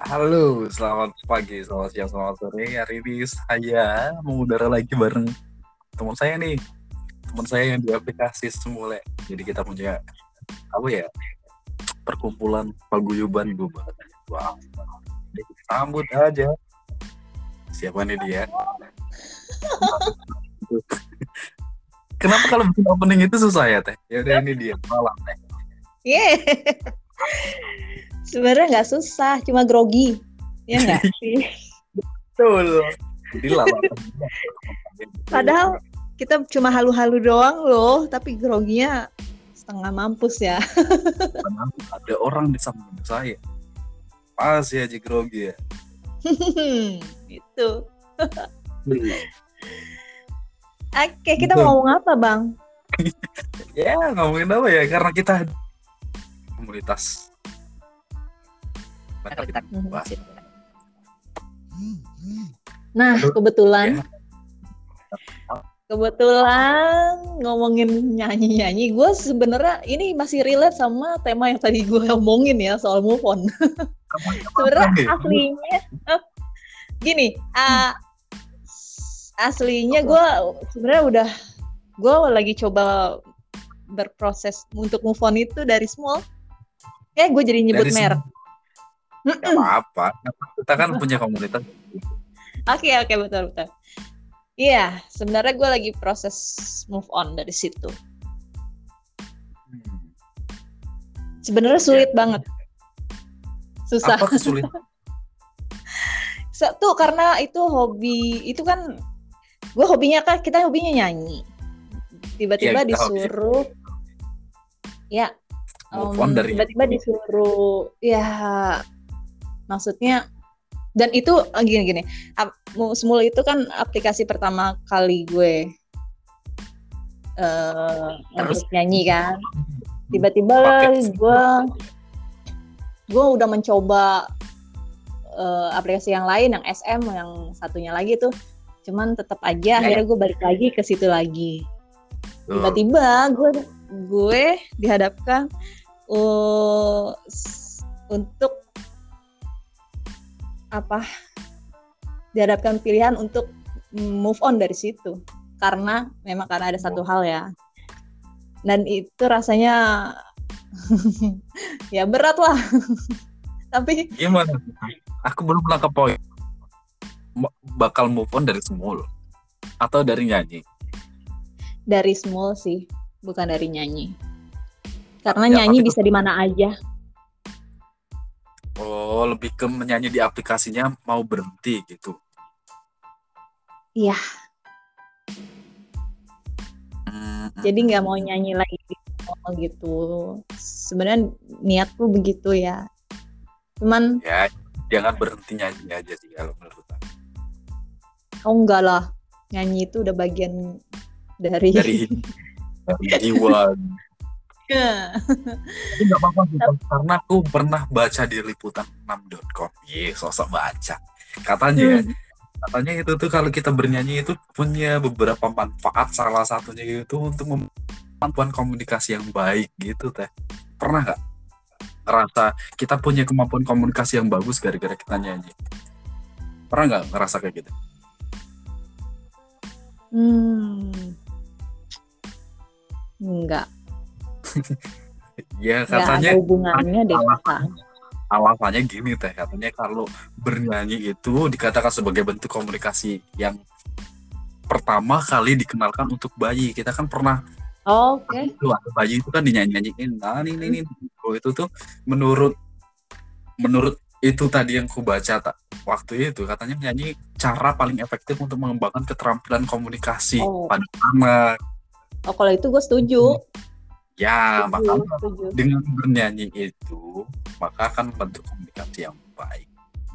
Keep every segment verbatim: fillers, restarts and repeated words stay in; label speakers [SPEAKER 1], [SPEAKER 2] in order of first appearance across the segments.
[SPEAKER 1] Halo, selamat pagi, selamat siang, selamat sore. Hari ini saya mengudara lagi bareng teman saya nih. Teman saya yang di aplikasi Semule. Jadi kita punya apa ya? Perkumpulan paguyuban gue banget. Wow. Jadi kita sambut aja. Siapa nih dia? Kenapa kalau bikin opening itu susah ya, Teh? Ya udah ini dia, malam, Teh.
[SPEAKER 2] Yeah. Sebenarnya nggak susah, cuma grogi, ya nggak sih?
[SPEAKER 1] Betul. Jadi lama.
[SPEAKER 2] Padahal kita cuma halu-halu doang loh, tapi groginya setengah mampus ya.
[SPEAKER 1] Ada orang di samping saya. Pasti aja grogi ya.
[SPEAKER 2] Itu. Oke, kita mau ngomong apa, Bang?
[SPEAKER 1] Ya, ngomongin apa ya? Karena kita komunitas. Maka kita bahas.
[SPEAKER 2] Nah, kebetulan kebetulan ngomongin nyanyi-nyanyi, gue sebenarnya ini masih relate sama tema yang tadi gue omongin ya, soal move on. Sebenarnya aslinya gini, uh, aslinya gue sebenarnya udah gue lagi coba berproses untuk move on itu dari small. Kayak gue jadi nyebut merek.
[SPEAKER 1] Gak apa-apa, kita kan punya komunitas.
[SPEAKER 2] Oke oke betul betul. Iya, sebenarnya gue lagi proses move on dari situ. Hmm. Sebenarnya sulit ya. banget, susah.
[SPEAKER 1] Apa kesulitan?
[SPEAKER 2] Satu karena itu hobi, itu kan gue hobinya kan kita hobinya nyanyi. Tiba-tiba ya, disuruh, hobi. ya, um, dari tiba-tiba disuruh, ya. Maksudnya, dan itu gini-gini, Smule itu kan aplikasi pertama kali gue uh, untuk nyanyi kan. Tiba-tiba okay. gue gue udah mencoba uh, aplikasi yang lain, yang S M, yang satunya lagi tuh, cuman tetap aja akhirnya gue balik lagi ke situ lagi. Tiba-tiba gue gue dihadapkan uh, untuk apa dihadapkan pilihan untuk move on dari situ karena memang karena ada satu hal ya, dan itu rasanya ya berat lah. Tapi
[SPEAKER 1] gimana? Aku belum nangkep poin. Bakal move on dari Smule atau dari nyanyi?
[SPEAKER 2] Dari Smule sih, bukan dari nyanyi. Karena ya, nyanyi bisa di mana aja.
[SPEAKER 1] Oh, lebih ke menyanyi di aplikasinya mau berhenti gitu.
[SPEAKER 2] Iya. Hmm. Jadi nggak mau nyanyi lagi gitu. Sebenarnya niatku begitu ya. Cuman
[SPEAKER 1] ya jangan berhenti nyanyi aja sih kalau menurut aku.
[SPEAKER 2] Oh enggak lah. Nyanyi itu udah bagian dari
[SPEAKER 1] dari, dari jiwa. Tapi nggak apa-apa sih, karena aku pernah baca di liputan enam dot com. Iya, sosok baca. Katanya, hmm. katanya itu tuh kalau kita bernyanyi itu punya beberapa manfaat. Salah satunya itu untuk kemampuan komunikasi yang baik gitu, Teh. Pernah nggak ngerasa kita punya kemampuan komunikasi yang bagus gara-gara kita nyanyi? Pernah nggak ngerasa kayak gitu?
[SPEAKER 2] Hmm, enggak.
[SPEAKER 1] Ya katanya
[SPEAKER 2] ada hubungannya deh.
[SPEAKER 1] Alasannya, alasannya gini Teh, katanya kalau bernyanyi itu dikatakan sebagai bentuk komunikasi yang pertama kali dikenalkan untuk bayi. Kita kan pernah
[SPEAKER 2] oh, oke okay.
[SPEAKER 1] bayi itu kan dinyanyi-nyanyiin. Nah ini ini oh, itu tuh menurut menurut itu tadi yang ku baca tak waktu itu katanya nyanyi cara paling efektif untuk mengembangkan keterampilan komunikasi oh. pada anak.
[SPEAKER 2] Oh kalau itu gue setuju.
[SPEAKER 1] Ya, maka dengan bernyanyi itu, maka akan membentuk komunikasi yang baik.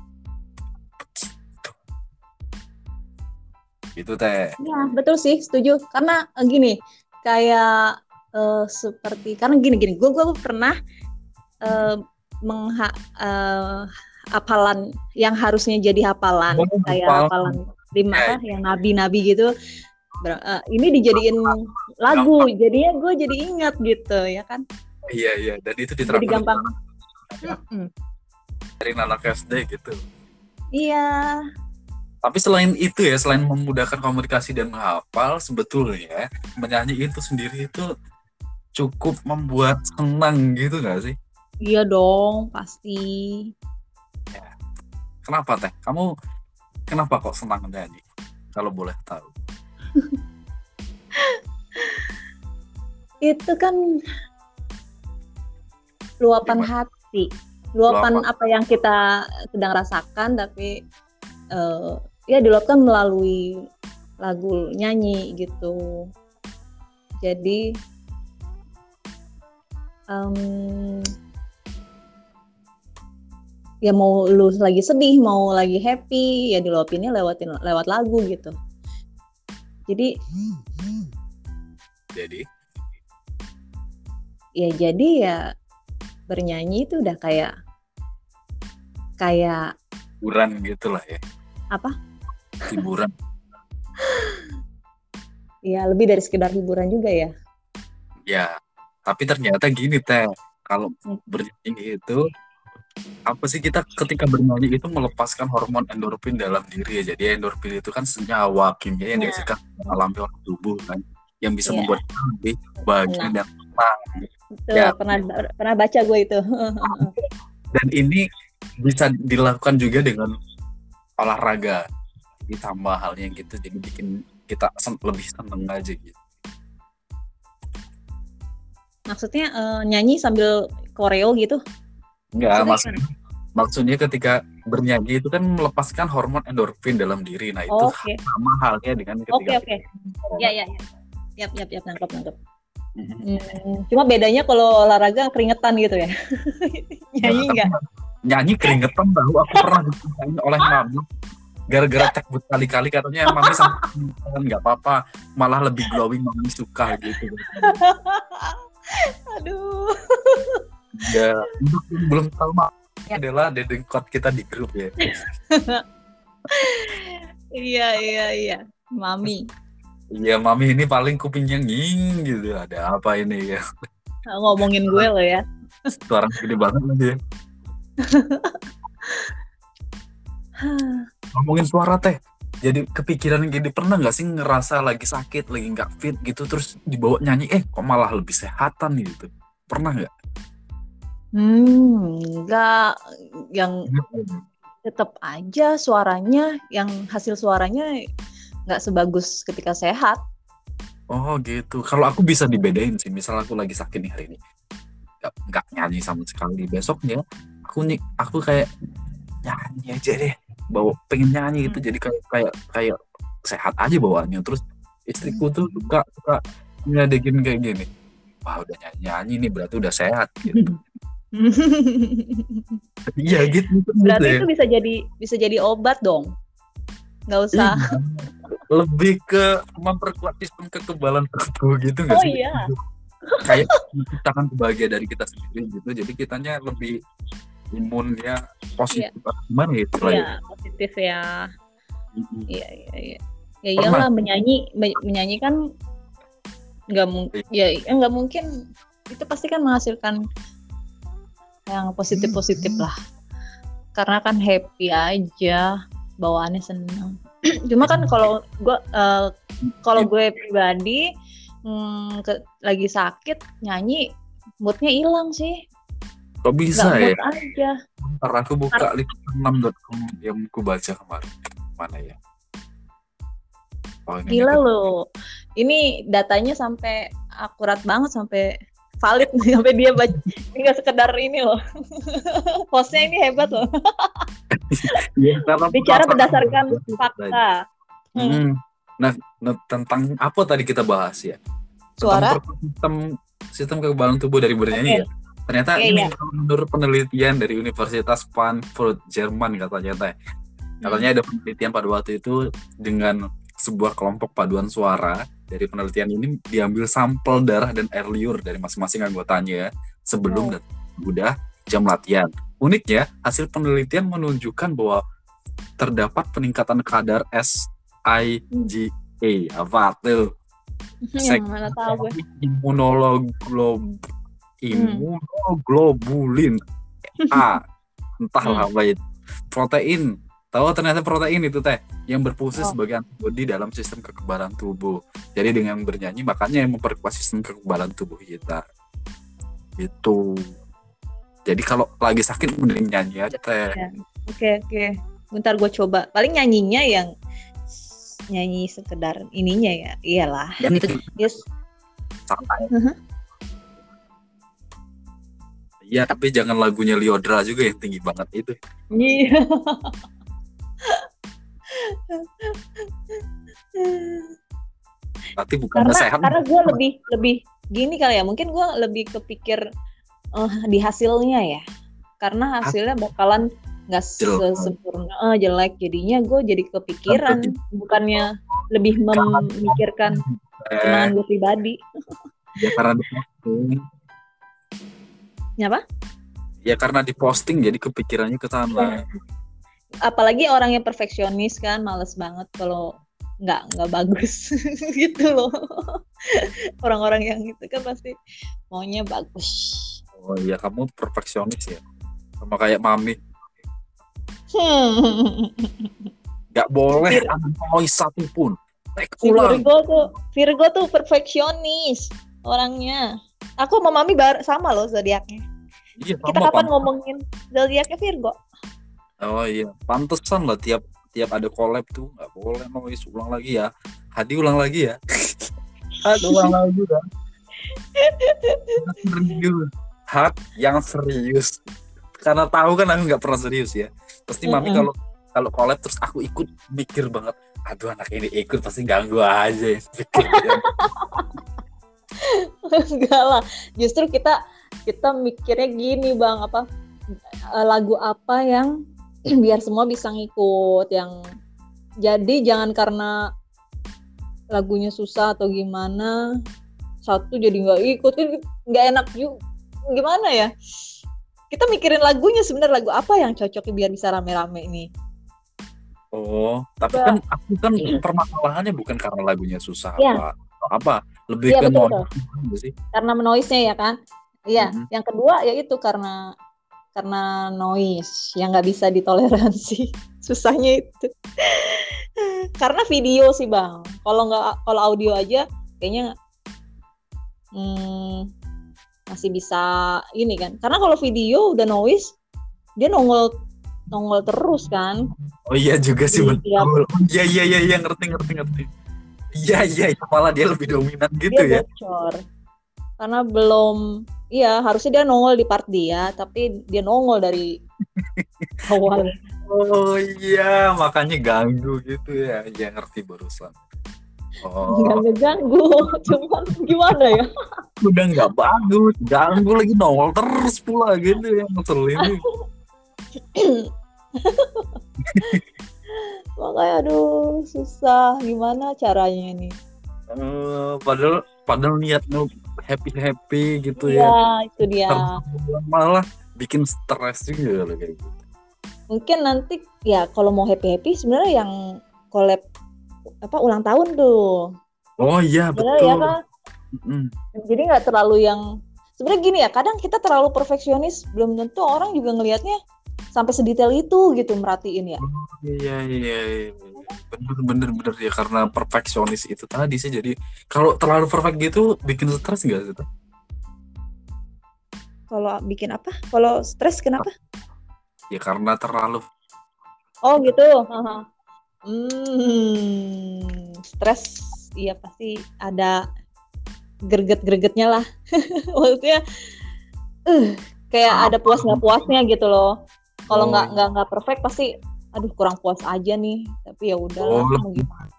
[SPEAKER 1] Gitu, Teh.
[SPEAKER 2] Ya, betul sih, setuju. Karena gini, kayak uh, seperti, karena gini-gini, gue gue pernah uh, mengha, uh, hafalan yang harusnya jadi hafalan, oh, kayak hafalan lima, ya, ya. yang nabi-nabi gitu. Uh, ini dijadiin lagu, gampang. Jadinya gue jadi ingat gitu ya kan.
[SPEAKER 1] Iya iya, dan itu diterapkan.
[SPEAKER 2] Jadi gampang.
[SPEAKER 1] dari anak S D gitu.
[SPEAKER 2] Iya.
[SPEAKER 1] Tapi selain itu ya, selain memudahkan komunikasi dan menghafal, sebetulnya menyanyi itu sendiri itu cukup membuat senang gitu nggak sih?
[SPEAKER 2] Iya dong, pasti.
[SPEAKER 1] Ya. Kenapa Teh? Kamu kenapa kok senang menyanyi? Kalau boleh tahu.
[SPEAKER 2] Itu kan luapan
[SPEAKER 1] Gimana?
[SPEAKER 2] hati. Luapan
[SPEAKER 1] Luapan.
[SPEAKER 2] apa yang kita sedang rasakan, tapi uh, ya diluapkan melalui lagu nyanyi gitu. Jadi um, ya mau lu lagi sedih, mau lagi happy, ya diluapinnya lewatin lewat lagu gitu. Jadi
[SPEAKER 1] Jadi
[SPEAKER 2] ya jadi ya bernyanyi itu udah kayak kayak
[SPEAKER 1] hiburan gitulah ya.
[SPEAKER 2] apa?
[SPEAKER 1] Hiburan.
[SPEAKER 2] Ya lebih dari sekedar hiburan juga ya.
[SPEAKER 1] Ya, tapi ternyata gini Teh, kalau
[SPEAKER 2] Hmm.
[SPEAKER 1] bernyanyi itu apa sih, kita ketika bernyanyi itu melepaskan hormon endorfin dalam diri ya. Jadi endorfin itu kan senyawa kimia yang
[SPEAKER 2] Ya.
[SPEAKER 1] dihasilkan alami oleh tubuh kan, yang bisa
[SPEAKER 2] Ya.
[SPEAKER 1] membuat kita lebih bahagia
[SPEAKER 2] Nah.
[SPEAKER 1] dan tenang.
[SPEAKER 2] Betul,
[SPEAKER 1] Ya.
[SPEAKER 2] pernah pernah baca gue itu.
[SPEAKER 1] Dan ini bisa dilakukan juga dengan olahraga, ditambah halnya gitu, jadi bikin kita sen- lebih seneng aja gitu.
[SPEAKER 2] Maksudnya uh, nyanyi sambil koreo gitu?
[SPEAKER 1] Enggak,
[SPEAKER 2] Maksudnya
[SPEAKER 1] maksudnya, maksudnya ketika bernyanyi itu kan melepaskan hormon endorfin dalam diri. Nah itu
[SPEAKER 2] Oh, oke.
[SPEAKER 1] sama halnya dengan
[SPEAKER 2] Oke
[SPEAKER 1] ketika
[SPEAKER 2] oke. Ya ya ya. Yap yap yap nangkep nangkep.
[SPEAKER 1] Mhm.
[SPEAKER 2] Hmm, cuma bedanya kalau olahraga keringetan gitu ya. Nyanyi enggak?
[SPEAKER 1] Nyanyi keringetan tahu, aku pernah ditanyain oleh mami gara-gara tek berkali-kali, katanya mami sampai nggak apa-apa, malah lebih glowing, mami suka gitu.
[SPEAKER 2] Aduh.
[SPEAKER 1] Ya, untuk yang belum tahu mah
[SPEAKER 2] Ya.
[SPEAKER 1] adalah dedengkot kita di grup ya.
[SPEAKER 2] Iya iya iya. Mami.
[SPEAKER 1] Iya, mami ini paling kupingnya nging gitu. Ada apa ini ya?
[SPEAKER 2] Ngomongin gue loh ya.
[SPEAKER 1] Suara gede banget lagi ya. Ngomongin suara Teh, jadi kepikiran gini, pernah nggak sih ngerasa lagi sakit, lagi nggak fit gitu, terus dibawa nyanyi, eh kok malah lebih sehatan gitu? Pernah nggak?
[SPEAKER 2] Hmm, enggak, yang tetap aja suaranya, yang hasil suaranya nggak sebagus ketika sehat.
[SPEAKER 1] Oh gitu. Kalau aku bisa dibedain sih, misal aku lagi sakit nih hari ini, nggak nggak nyanyi sama sekali. Besoknya aku nih, aku kayak nyanyi aja deh, bawa pengen nyanyi gitu, jadi kayak kayak kayak sehat aja bawaannya. Terus istriku tuh suka suka ngadekin kayak gini, wah udah nyanyi nyanyi nih berarti udah sehat gitu. Iya gitu.
[SPEAKER 2] Berarti
[SPEAKER 1] gitu
[SPEAKER 2] itu
[SPEAKER 1] ya.
[SPEAKER 2] bisa jadi bisa jadi obat dong. Nggak usah.
[SPEAKER 1] Iya. Lebih ke memperkuat sistem kekebalan tubuh gitu nggak
[SPEAKER 2] Oh
[SPEAKER 1] sih?
[SPEAKER 2] iya.
[SPEAKER 1] Kayak menciptakan kebahagiaan dari kita sendiri gitu. Jadi kitanya lebih imunnya positif. Gimana ya istilahnya?
[SPEAKER 2] Iya, positif ya.
[SPEAKER 1] Mm-mm.
[SPEAKER 2] Iya iya iya. Ya
[SPEAKER 1] Pernah.
[SPEAKER 2] iyalah, menyanyi me- menyanyi kan nggak mungkin ya ya nggak mungkin, itu pasti kan menghasilkan yang positif-positif lah. Karena kan happy aja, bawaannya senang. Cuma kan kalau gue uh, kalau gue pribadi hmm, ke, lagi sakit nyanyi moodnya hilang sih.
[SPEAKER 1] Kok bisa
[SPEAKER 2] Nggak
[SPEAKER 1] ya?
[SPEAKER 2] mood aja.
[SPEAKER 1] Ntar aku buka liputan enam dot com yang aku baca kemarin. Mana ya? Oh, ini
[SPEAKER 2] Gila
[SPEAKER 1] nih.
[SPEAKER 2] loh. Ini datanya sampai akurat banget, sampai valid nih, sampai dia baca. Ini nggak sekedar ini loh. Hostnya ini hebat loh.
[SPEAKER 1] Ya, karena
[SPEAKER 2] Bicara
[SPEAKER 1] perasaan
[SPEAKER 2] berdasarkan
[SPEAKER 1] aku-
[SPEAKER 2] fakta. Hmm.
[SPEAKER 1] Hmm. Nah, nah, tentang apa tadi kita bahas ya?
[SPEAKER 2] Suara.
[SPEAKER 1] Tentang sistem sistem kekebalan tubuh dari bernyanyi
[SPEAKER 2] Oke.
[SPEAKER 1] ya. Ternyata
[SPEAKER 2] Iya,
[SPEAKER 1] ini
[SPEAKER 2] iya.
[SPEAKER 1] menurut penelitian dari Universitas Frankfurt Jerman katanya Teh. Katanya ada penelitian pada waktu itu dengan sebuah kelompok paduan suara. Dari penelitian ini diambil sampel darah dan air liur dari masing-masing anggotanya sebelum
[SPEAKER 2] Oh.
[SPEAKER 1] dan udah jam latihan. Uniknya, hasil penelitian menunjukkan bahwa terdapat peningkatan kadar S I G A. Apa tuh?
[SPEAKER 2] Yang mana tahu gue.
[SPEAKER 1] Imunologlob imunoglobulin A Entahlah
[SPEAKER 2] Hmm.
[SPEAKER 1] apa itu. Protein. Tahu ternyata protein itu teh yang berfungsi
[SPEAKER 2] Oh.
[SPEAKER 1] sebagai antibodi dalam sistem kekebalan tubuh. Jadi dengan bernyanyi makanya yang memperkuat sistem kekebalan tubuh kita. Itu. Jadi kalau lagi sakit mending nyanyi aja teh.
[SPEAKER 2] Ya. Oke oke. Bentar gue coba. Paling nyanyinya yang s- nyanyi sekedar ininya ya. Iyalah.
[SPEAKER 3] Dan itu
[SPEAKER 2] Yes.
[SPEAKER 1] Santai.
[SPEAKER 2] Mhm.
[SPEAKER 1] Iya, tapi jangan lagunya Lyodra juga yang tinggi banget itu.
[SPEAKER 2] Iya.
[SPEAKER 1] Berarti bukannya
[SPEAKER 2] karena
[SPEAKER 1] sehat.
[SPEAKER 2] karena gue lebih lebih gini kali ya. Mungkin gue lebih kepikir eh, di hasilnya ya. Karena hasilnya bakalan nggak
[SPEAKER 1] Jelek.
[SPEAKER 2] sesempurna eh, jelek. Jadinya gue jadi kepikiran. Bukannya lebih memikirkan kenangan
[SPEAKER 1] Eh,
[SPEAKER 2] gue pribadi.
[SPEAKER 1] ya karena diposting.
[SPEAKER 2] Ya apa?
[SPEAKER 1] Ya karena diposting jadi kepikirannya ke sana.
[SPEAKER 2] Apalagi orang yang perfeksionis kan males banget kalau nggak nggak bagus gitu loh. Orang-orang yang itu kan pasti maunya bagus.
[SPEAKER 1] Oh iya, kamu perfeksionis ya. Sama kayak mami.
[SPEAKER 2] Hmm.
[SPEAKER 1] Gak boleh
[SPEAKER 2] Vir-
[SPEAKER 1] ada noise satu pun. Take
[SPEAKER 2] Si
[SPEAKER 1] ulang.
[SPEAKER 2] Virgo tuh Virgo tuh perfeksionis orangnya. Aku sama Mami bar sama loh zodiaknya.
[SPEAKER 1] Iya,
[SPEAKER 2] Kita
[SPEAKER 1] sama
[SPEAKER 2] kapan
[SPEAKER 1] pan-
[SPEAKER 2] ngomongin zodiaknya Virgo?
[SPEAKER 1] Oh iya, pantesan lah tiap tiap ada collab tuh nggak boleh noise, ulang lagi ya. Hadi ulang lagi ya. Hadi ulang lagi ya. Serius. Had yang serius. Karena tahu kan aku nggak pernah serius ya. Pasti mami
[SPEAKER 2] Mm-mm.
[SPEAKER 1] kalau kalau collab terus aku ikut mikir banget. Aduh anak ini ikut pasti ganggu aja ya. Pikir dia.
[SPEAKER 2] Enggak lah. Justru kita kita mikirnya gini Bang, apa eh, lagu apa yang biar semua bisa ngikut, yang jadi jangan karena lagunya susah atau gimana satu jadi nggak ikut, kan nggak enak juga. Gimana ya? Kita mikirin lagunya sebenarnya lagu apa yang cocok biar bisa rame-rame nih.
[SPEAKER 1] Oh, tapi
[SPEAKER 2] Ba-
[SPEAKER 1] kan aku kan permasalahannya bukan karena lagunya susah
[SPEAKER 2] Iya.
[SPEAKER 1] apa apa lebih
[SPEAKER 2] Iya,
[SPEAKER 1] ke
[SPEAKER 2] betul,
[SPEAKER 1] noise sih.
[SPEAKER 2] Karena noise-nya ya kan. Iya,
[SPEAKER 1] Mm-mm.
[SPEAKER 2] yang kedua yaitu karena karena noise yang nggak bisa ditoleransi. Susahnya itu. Karena video sih Bang. Kalau nggak kalau audio aja kayaknya hmm, masih bisa ini kan. Karena kalau video udah noise dia nongol nongol terus kan.
[SPEAKER 1] Oh iya juga sih
[SPEAKER 2] Di
[SPEAKER 1] betul.
[SPEAKER 2] tiap-
[SPEAKER 1] Oh, iya iya iya iya ngerti ngerti ngerti. Iya iya itu malah dia lebih dominan gitu
[SPEAKER 2] dia
[SPEAKER 1] ya.
[SPEAKER 2] bocor. Karena belum, iya harusnya dia nongol di part dia, tapi dia nongol dari awal.
[SPEAKER 1] Oh iya makanya ganggu gitu ya. Iya ngerti barusan. Oh
[SPEAKER 2] Nggak ngeganggu, cuman gimana ya?
[SPEAKER 1] udah nggak bagus, ganggu lagi nongol terus pula gitu ya ngeselin.
[SPEAKER 2] Makanya aduh susah, gimana caranya nih?
[SPEAKER 1] Eh, padahal padahal niatnya happy happy gitu ya.
[SPEAKER 2] Iya itu dia.
[SPEAKER 1] Malah bikin stres juga loh kayak gitu.
[SPEAKER 2] Mungkin nanti ya kalau mau happy happy sebenarnya yang collab apa ulang tahun tuh.
[SPEAKER 1] Oh iya
[SPEAKER 2] Sebenarnya ya
[SPEAKER 1] betul.
[SPEAKER 2] kan.
[SPEAKER 1] Mm.
[SPEAKER 2] Jadi nggak terlalu yang sebenarnya gini ya, kadang kita terlalu perfeksionis, belum tentu orang juga ngelihatnya sampai sedetail itu gitu merhatiin ya.
[SPEAKER 1] Iya iya iya. Bener bener bener ya karena perfeksionis itu tadi sih jadi kalau terlalu perfect gitu bikin stres nggak sih? Teh?
[SPEAKER 2] Kalau bikin apa? Kalau stres kenapa?
[SPEAKER 1] Ya karena terlalu
[SPEAKER 2] Oh gitu. Haha. Hmm, stres, iya pasti ada greget-gregetnya lah. Maksudnya, uh, kayak ada puas nggak puasnya gitu loh. Kalau
[SPEAKER 1] Oh,
[SPEAKER 2] nggak
[SPEAKER 1] iya.
[SPEAKER 2] nggak nggak perfect pasti, aduh kurang puas aja nih. Tapi ya udahlah,
[SPEAKER 1] Oh,
[SPEAKER 2] mau gimana?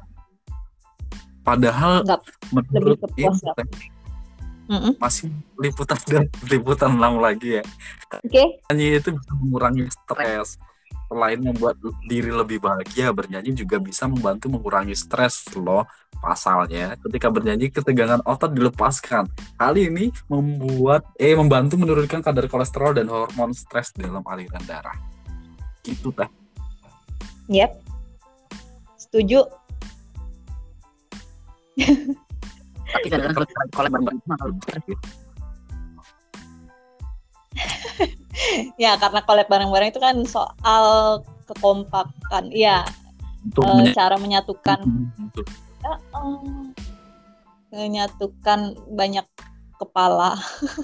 [SPEAKER 1] padahal
[SPEAKER 2] Nggak
[SPEAKER 1] menurut
[SPEAKER 2] lebih ke
[SPEAKER 1] ini
[SPEAKER 2] puas nggak?
[SPEAKER 1] Teh,
[SPEAKER 2] Mm-mm.
[SPEAKER 1] masih liputan dan liputan enam lagi ya.
[SPEAKER 2] Oke,
[SPEAKER 1] Nyanyi itu bisa mengurangi stres. Selain membuat diri lebih bahagia, bernyanyi juga bisa membantu mengurangi stres loh. Pasalnya, ketika bernyanyi ketegangan otot dilepaskan. Hal ini membuat eh membantu menurunkan kadar kolesterol dan hormon stres dalam aliran darah. Gitu teh.
[SPEAKER 2] yep, setuju.
[SPEAKER 3] Tapi kadang-kadang kalau collab bareng-bareng mah kalau
[SPEAKER 2] Ya karena collab bareng-bareng itu kan soal kekompakan, ya
[SPEAKER 1] Untuk
[SPEAKER 2] uh,
[SPEAKER 1] menya-
[SPEAKER 2] cara menyatukan,
[SPEAKER 1] untuk
[SPEAKER 2] uh, uh, menyatukan banyak kepala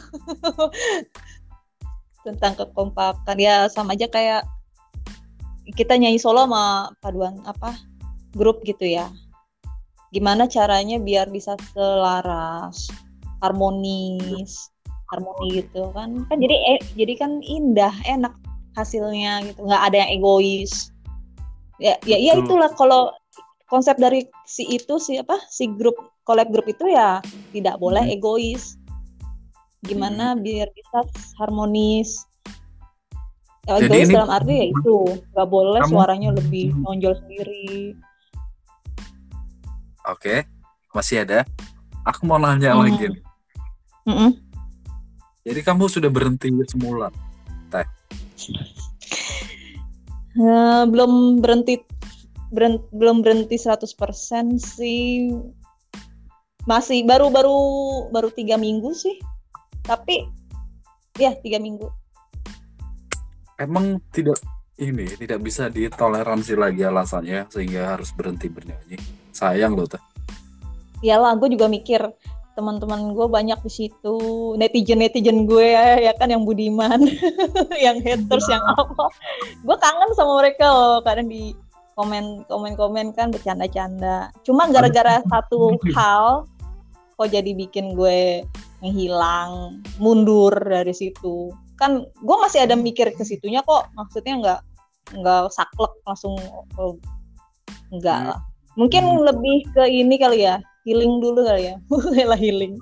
[SPEAKER 2] tentang kekompakan. Ya sama aja kayak kita nyanyi solo sama paduan apa grup gitu ya. Gimana caranya biar bisa selaras, harmonis, harmoni gitu kan? Kan jadi eh, jadi kan indah, enak hasilnya gitu. Nggak ada yang egois. Ya, ya, ya
[SPEAKER 1] betul.
[SPEAKER 2] itulah kalau konsep dari si itu si apa si grup collab grup itu ya tidak boleh
[SPEAKER 1] Hmm.
[SPEAKER 2] egois. Gimana
[SPEAKER 1] Hmm.
[SPEAKER 2] biar bisa harmonis. Ya,
[SPEAKER 1] Jadi
[SPEAKER 2] egois
[SPEAKER 1] ini
[SPEAKER 2] dalam arti ya itu nggak boleh
[SPEAKER 1] kamu
[SPEAKER 2] suaranya lebih nonjol sendiri.
[SPEAKER 1] oke, masih ada. Aku mau nanya
[SPEAKER 2] Hmm.
[SPEAKER 1] lagi nih.
[SPEAKER 2] Mm-mm.
[SPEAKER 1] Jadi kamu sudah berhenti semula?
[SPEAKER 2] Eh, belum berhenti beren- belum berhenti seratus persen sih. Masih baru baru baru tiga minggu sih. Tapi ya tiga minggu.
[SPEAKER 1] Emang tidak ini tidak bisa ditoleransi lagi alasannya sehingga harus berhenti bernyanyi. Sayang loh teh.
[SPEAKER 2] Iyalah, gue juga mikir teman-teman gue banyak di situ, netizen netizen gue ya, ya kan yang budiman, yang haters, yang apa. Gue kangen sama mereka loh, kadang di komen komen komen kan bercanda-canda. Cuma gara-gara satu hal kok jadi bikin gue menghilang, mundur dari situ. Kan gue masih ada mikir ke situnya kok, maksudnya nggak nggak saklek langsung, oh, enggak lah. Mungkin
[SPEAKER 1] Hmm.
[SPEAKER 2] lebih ke ini kali ya, healing dulu kali ya, mulailah healing.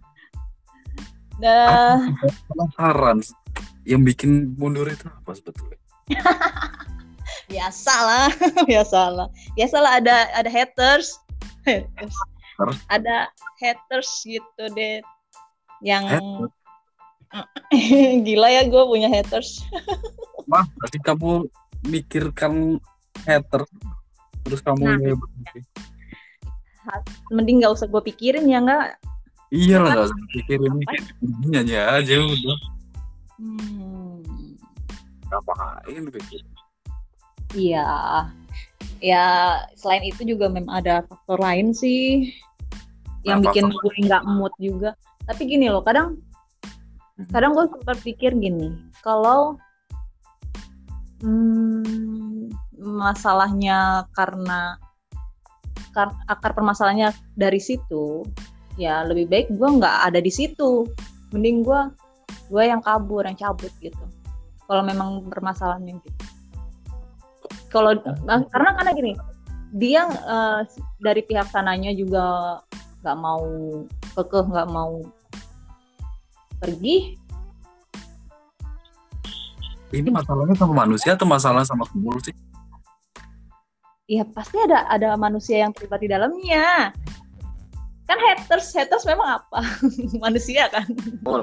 [SPEAKER 2] Dah,
[SPEAKER 1] Penasaran yang bikin mundur itu apa sebetulnya?
[SPEAKER 2] biasalah, biasalah, biasalah ada ada haters, haters,
[SPEAKER 1] Terus?
[SPEAKER 2] ada haters gitu deh, yang
[SPEAKER 1] Haters?
[SPEAKER 2] gila ya gue punya haters.
[SPEAKER 1] Mah, berarti kamu mikirkan hater terus kamu
[SPEAKER 2] Nah.
[SPEAKER 1] ini berhenti.
[SPEAKER 2] Mending nggak usah gue pikirin ya nggak.
[SPEAKER 1] Iya lah, nggak usah pikirin, nyanyi aja udah.
[SPEAKER 2] Hmm.
[SPEAKER 1] Ngapain pikir?
[SPEAKER 2] Iya, ya selain itu juga memang ada faktor lain sih yang
[SPEAKER 1] Nah,
[SPEAKER 2] bikin
[SPEAKER 1] faktor-
[SPEAKER 2] gue nggak mood juga. Tapi gini loh, kadang kadang gue sempat pikir gini, kalau hmm, masalahnya karena kar- akar permasalahannya dari situ, ya lebih baik gue nggak ada di situ, mending gue gue yang kabur, yang cabut gitu. Kalau memang permasalahannya gitu. Kalau nah, karena karena gini, dia uh, dari pihak sananya juga nggak mau kekeh, nggak mau pergi.
[SPEAKER 1] Ini masalahnya sama manusia atau masalah sama kubur sih?
[SPEAKER 2] Ya pasti ada ada manusia yang terlibat di dalamnya. Kan haters, haters memang apa? Manusia kan.
[SPEAKER 3] Betul.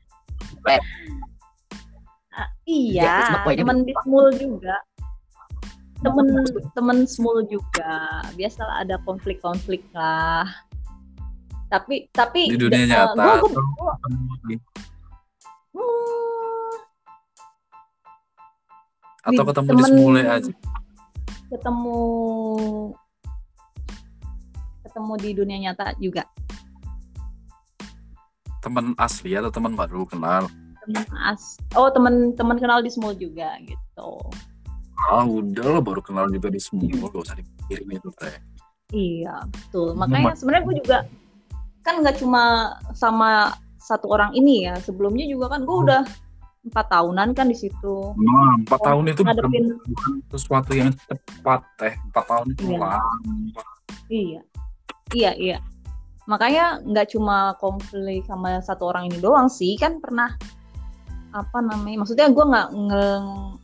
[SPEAKER 2] Ah,
[SPEAKER 3] Iya,
[SPEAKER 2] iya,
[SPEAKER 3] sebab poinnya
[SPEAKER 2] teman di small juga. Temen temen small juga. Biasalah ada konflik-konflik lah. Tapi tapi
[SPEAKER 1] Di dunia
[SPEAKER 2] uh,
[SPEAKER 1] nyata
[SPEAKER 2] gua, gua,
[SPEAKER 1] atau
[SPEAKER 2] gua, hmm,
[SPEAKER 1] atau
[SPEAKER 2] di
[SPEAKER 1] ketemu di
[SPEAKER 2] temen
[SPEAKER 1] semule aja?
[SPEAKER 2] ketemu ketemu di dunia nyata juga.
[SPEAKER 1] Teman asli atau teman baru kenal?
[SPEAKER 2] Temen as oh temen temen kenal di small juga gitu.
[SPEAKER 1] Ah udah lah, baru kenal juga di semua, gak usah dipikirin itu teh.
[SPEAKER 2] Iya betul. Makanya sebenarnya gue juga kan nggak cuma sama satu orang ini ya. Sebelumnya juga kan gue udah empat tahunan kan di situ.
[SPEAKER 1] Nah, empat
[SPEAKER 2] Oh,
[SPEAKER 1] tahun itu bukan,
[SPEAKER 2] ngadepin-
[SPEAKER 1] bukan sesuatu yang cepat teh. Empat tahun itu
[SPEAKER 2] Iya.
[SPEAKER 1] lama.
[SPEAKER 2] Iya, iya, iya. Makanya nggak cuma konflik sama satu orang ini doang sih, kan pernah apa namanya? Maksudnya gue nggak nge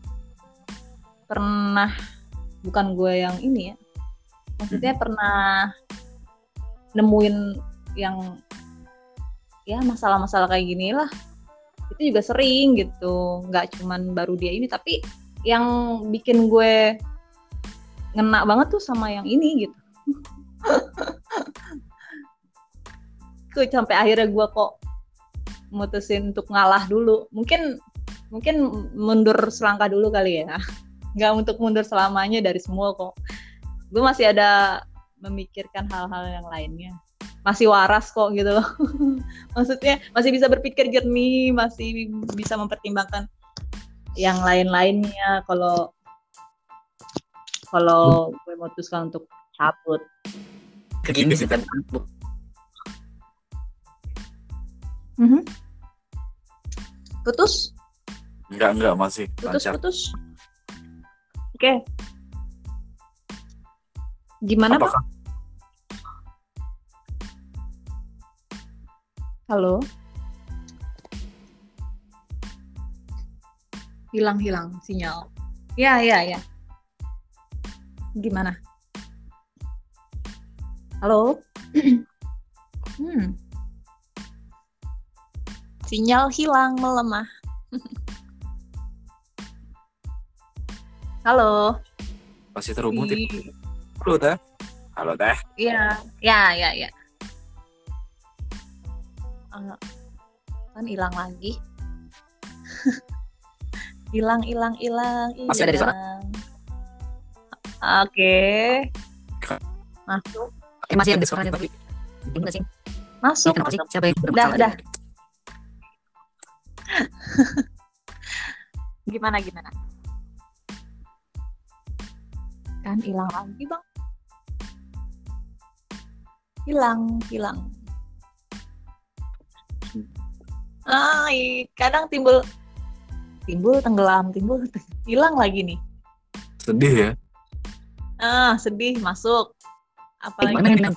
[SPEAKER 2] pernah bukan gue yang ini ya. Maksudnya pernah nemuin yang ya masalah-masalah kayak gini lah. Itu juga sering gitu. Nggak cuman baru dia ini, tapi yang bikin gue ngena banget tuh sama yang ini gitu. Sampai akhirnya gue kok mutusin untuk ngalah dulu. Mungkin Mungkin mundur selangkah dulu kali ya. Nggak untuk mundur selamanya dari semua kok. Gue masih ada memikirkan hal-hal yang lainnya. Masih waras kok gitu loh. Maksudnya masih bisa berpikir jernih, masih bisa mempertimbangkan yang lain-lainnya kalau kalau gue memutuskan untuk cabut.
[SPEAKER 3] Gini sih kan.
[SPEAKER 2] Mm-hmm. Putus?
[SPEAKER 1] Enggak, enggak, masih
[SPEAKER 2] Putus,
[SPEAKER 1] lancar.
[SPEAKER 2] putus. Oke. Okay. Gimana,
[SPEAKER 1] Apakah
[SPEAKER 2] Pak? Halo? Hilang-hilang sinyal. Ya, ya, ya. Gimana? Halo? hmm. Sinyal hilang, melemah. Halo?
[SPEAKER 1] masih terhubung?
[SPEAKER 2] I-
[SPEAKER 1] Tidak? Halo, Teh. Halo, Teh.
[SPEAKER 2] Iya, ya, ya, ya. Uh, kan hilang lagi. Hilang, hilang, hilang,
[SPEAKER 3] Masih ada di sana?
[SPEAKER 2] hilang. Oke. Masuk.
[SPEAKER 3] Eh, masih ada suaranya tapi gimana sih?
[SPEAKER 2] Masuk.
[SPEAKER 3] Ini kenapa sih? Siapa yang
[SPEAKER 2] Udah,
[SPEAKER 3] bermasalah?
[SPEAKER 2] udah. Gimana, gimana? Kan hilang lagi, Bang. Hilang, hilang. Ah, i- kadang timbul timbul tenggelam, timbul hilang lagi nih.
[SPEAKER 1] Sedih ya?
[SPEAKER 2] Ah, sedih masuk.
[SPEAKER 3] Eh,
[SPEAKER 2] Apalagi
[SPEAKER 3] gimana dengan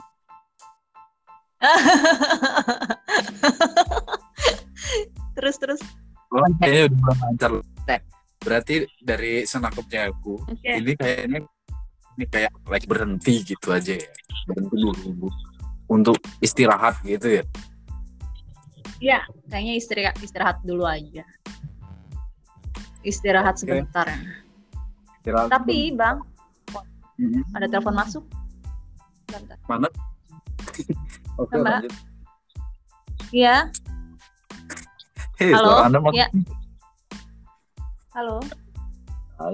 [SPEAKER 2] terus terus.
[SPEAKER 1] Oh, kayaknya udah mulai lancar.
[SPEAKER 3] Teh.
[SPEAKER 1] Berarti dari senangkapnya aku,
[SPEAKER 2] Oke.
[SPEAKER 1] ini kayaknya ini kayak like berhenti gitu aja ya. Berhenti dulu untuk istirahat gitu ya.
[SPEAKER 2] Ya, kayaknya istirahat istirahat dulu aja. Istirahat
[SPEAKER 1] Oke.
[SPEAKER 2] sebentar ya.
[SPEAKER 1] Istirahat.
[SPEAKER 2] Tapi, Bang,
[SPEAKER 1] Mhm.
[SPEAKER 2] ada telepon masuk. Bentar.
[SPEAKER 1] Mana? Oke,
[SPEAKER 2] Mbak.
[SPEAKER 1] lanjut.
[SPEAKER 2] Iya,
[SPEAKER 1] Hei,
[SPEAKER 2] Halo?
[SPEAKER 1] suara Anda masuk.
[SPEAKER 2] Ya. Halo.
[SPEAKER 1] Hai.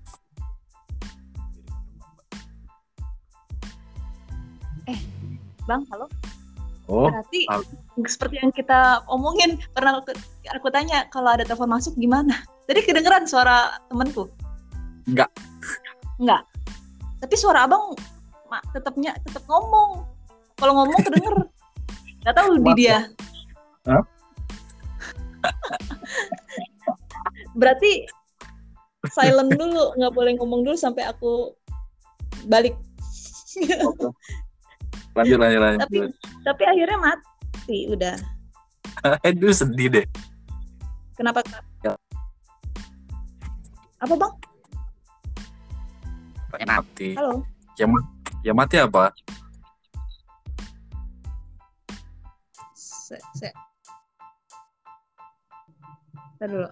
[SPEAKER 2] Bang, halo.
[SPEAKER 1] Oh,
[SPEAKER 2] Berarti
[SPEAKER 1] halo.
[SPEAKER 2] seperti yang kita omongin, pernah aku, aku tanya kalau ada telepon masuk gimana? Tadi kedengeran suara temanku?
[SPEAKER 1] Enggak.
[SPEAKER 2] Enggak. Tapi suara abang ma, tetapnya tetap ngomong. Kalau ngomong kedenger. Gak tahu di
[SPEAKER 1] Maaf,
[SPEAKER 2] dia.
[SPEAKER 1] Hah?
[SPEAKER 2] Berarti silent dulu, nggak boleh ngomong dulu sampai aku balik.
[SPEAKER 1] Oke. Lanjut, lanjut, lanjut.
[SPEAKER 2] tapi tapi akhirnya mati udah.
[SPEAKER 1] Aduh, sedih deh.
[SPEAKER 2] Kenapa?
[SPEAKER 1] Ya.
[SPEAKER 2] Apa bang?
[SPEAKER 1] Ya, mati.
[SPEAKER 2] Halo.
[SPEAKER 1] Ya, ma- ya mati apa?
[SPEAKER 2] Se, se. Ntar dulu.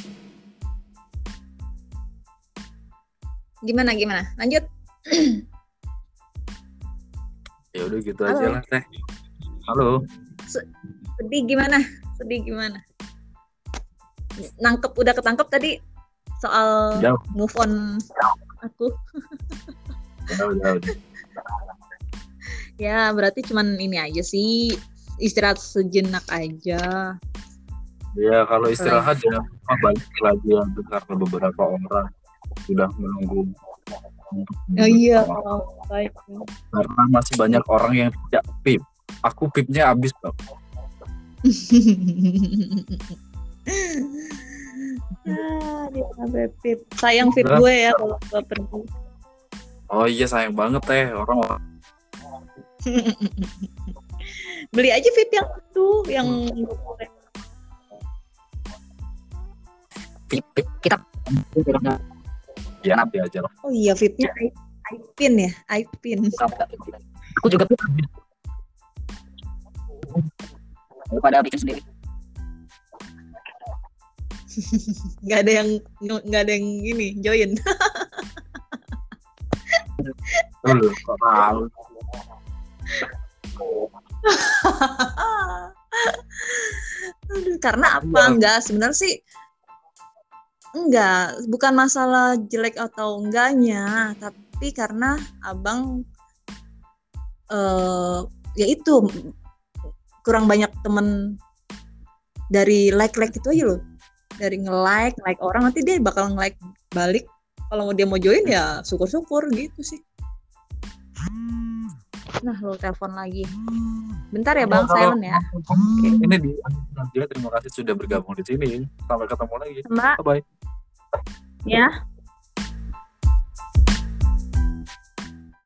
[SPEAKER 2] Gimana gimana? Lanjut.
[SPEAKER 1] Ya udah gitu
[SPEAKER 2] Halo.
[SPEAKER 1] aja lah, Teh. Halo.
[SPEAKER 2] Sedih gimana? Sedih gimana? Nangkep udah ketangkep tadi soal
[SPEAKER 1] Udah,
[SPEAKER 2] move on aku.
[SPEAKER 1] udah, udah, udah.
[SPEAKER 2] Ya berarti cuman ini aja sih, istirahat sejenak aja.
[SPEAKER 1] Ya kalau istirahat jangan lupa balik lagi ya, karena beberapa orang sudah menunggu untuk
[SPEAKER 2] Oh iya.
[SPEAKER 1] beberapa orang.
[SPEAKER 2] Oh, baik.
[SPEAKER 1] Karena masih banyak orang yang tidak pip. Aku pipnya habis, Bang.
[SPEAKER 2] Ah, dia sampai pip. Sayang fit
[SPEAKER 1] Udah.
[SPEAKER 2] gue ya kalau gue pergi.
[SPEAKER 1] Oh iya, sayang banget, Teh. Orang
[SPEAKER 2] Beli aja fit yang itu, yang
[SPEAKER 3] Pip, pip, kita
[SPEAKER 1] ya nanti aja lah.
[SPEAKER 2] oh iya fitnya I- iPin ya, iPin.
[SPEAKER 3] aku juga pip daripada bikin sendiri.
[SPEAKER 2] Nggak ada yang nggak ada yang ini join.
[SPEAKER 1] Tuh, kok tahu.
[SPEAKER 2] Aduh, karena apa?
[SPEAKER 1] Iya.
[SPEAKER 2] Enggak, sebenarnya sih enggak, bukan masalah jelek atau enggaknya, tapi karena abang eh ya itu kurang banyak temen dari like-like itu aja loh. Dari nge-like, like orang nanti dia bakal nge-like balik. Kalau dia mau join ya syukur-syukur gitu sih. Nah, lo telepon lagi. Bentar ya Bang, silent ya.
[SPEAKER 1] Oke. Ini di Nadia, terima kasih sudah bergabung di sini. Sampai ketemu lagi.
[SPEAKER 2] Mbak.
[SPEAKER 1] Bye bye.
[SPEAKER 2] Ya.